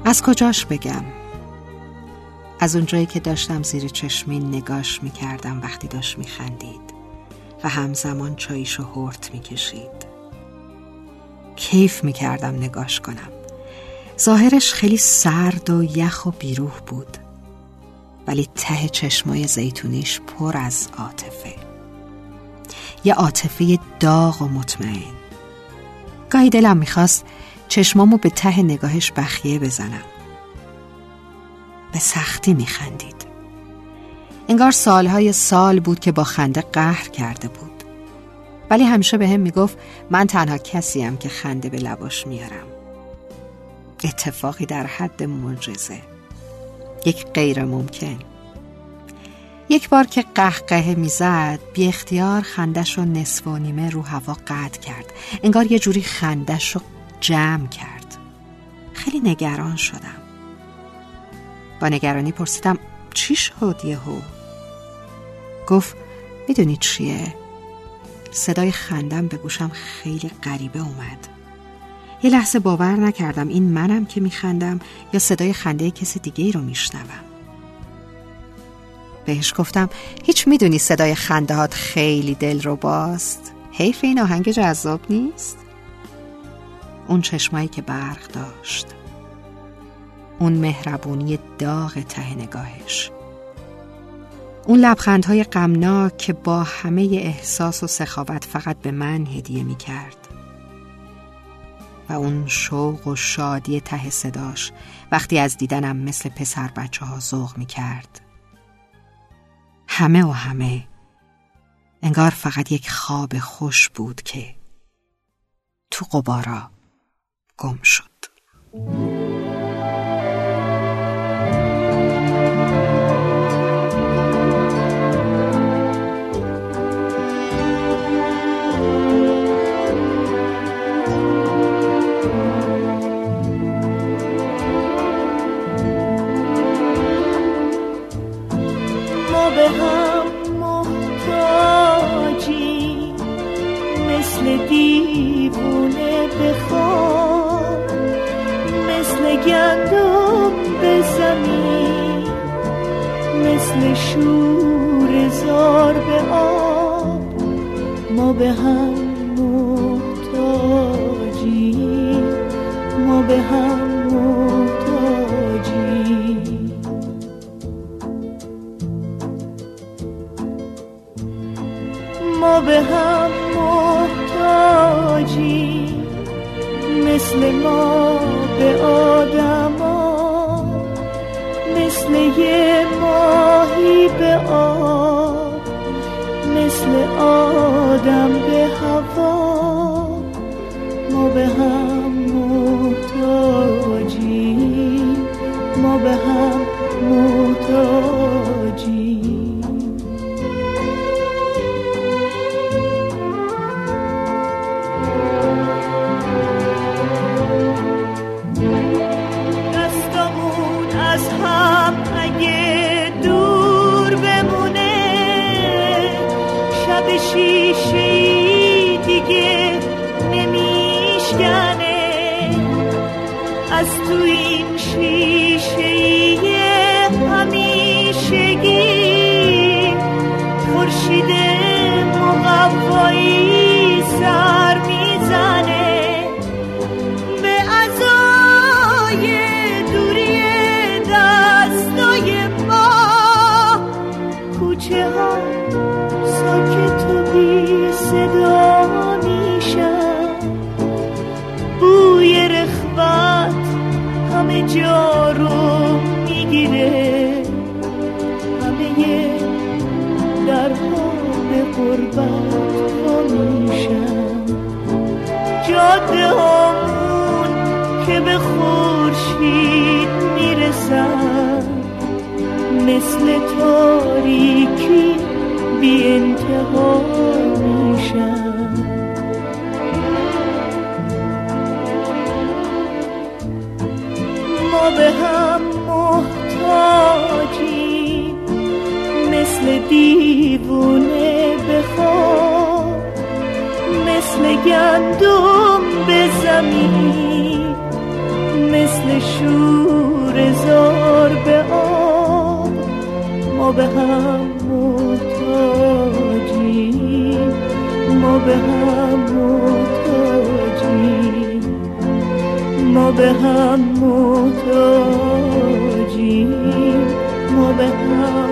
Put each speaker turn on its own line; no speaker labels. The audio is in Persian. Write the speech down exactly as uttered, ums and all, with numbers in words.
از کجاش بگم؟ از اونجایی که داشتم زیر چشمی نگاش میکردم وقتی داشت میخندید و همزمان چاییشو هورت میکشید. کیف میکردم نگاش کنم. ظاهرش خیلی سرد و یخ و بیروح بود، ولی ته چشمای زیتونیش پر از عاطفه. یه عاطفه داغ و مطمئن. گاهی دلم میخواست چشمامو به ته نگاهش بخیه بزنم. به سختی میخندید. انگار سالهای سال بود که با خنده قهر کرده بود، ولی همیشه به هم میگفت من تنها کسیم که خنده به لباش میارم. اتفاقی در حد معجزه، یک غیر ممکن. یک بار که قهقه میزد بی اختیار خندش رو نصف و نیمه رو هوا قطع کرد. انگار یه جوری خندش رو جمع کرد. خیلی نگران شدم. با نگرانی پرسیدم چی شد یهو؟ گفت میدونی چیه؟ صدای خندم به گوشم خیلی غریبه اومد. یه لحظه باور نکردم این منم که میخندم یا صدای خنده کسی دیگه ای رو میشنوم. بهش گفتم هیچ میدونی صدای خندهات خیلی دلرباست؟ حیف این آهنگ جذاب نیست؟ اون چشمایی که برق داشت، اون مهربونی داغ ته نگاهش، اون لبخندهای غمناک که با همه احساس و سخاوت فقط به من هدیه می کرد، و اون شوق و شادی ته صداش وقتی از دیدنم مثل پسر بچه ها ذوق می کرد. همه و همه انگار فقط یک خواب خوش بود که تو غبارا گم شد.
ما به هم محتاجیم مثل دیوونه به خواب، مثل گندم به زمین، مثل شور زار به آب. ما به هم محتاجیم، ما به هم محتاجیم. ما به هم محتاجیم مثل ما به آدما، مثل یه ماهی به آب، مثل آدم به هوا. ما به هم محتاجیم، ما به هم محتاجیم. شیشه‌ای دیگه نمیشکنه، از تو این شیشه‌ای همیشگی خورشید مقوایی سر میزنه به عزای دوری دستای ما. کوچه ها ساکت و بی صدا میشن، بوی رخوت همه جا رو میگیره، همه درها به غربت ها میشن. جاده هامون که به خورشید میرسن، مثل تاریکی بی انتها میشن. ما به هم محتاجیم مثل دیوونه به خواب، مثل گندم به زمین، مثل شور گذار به آب، ما به هم محتاجیم، ما به هم محتاجیم، ما به هم محتاجیم، ما به هم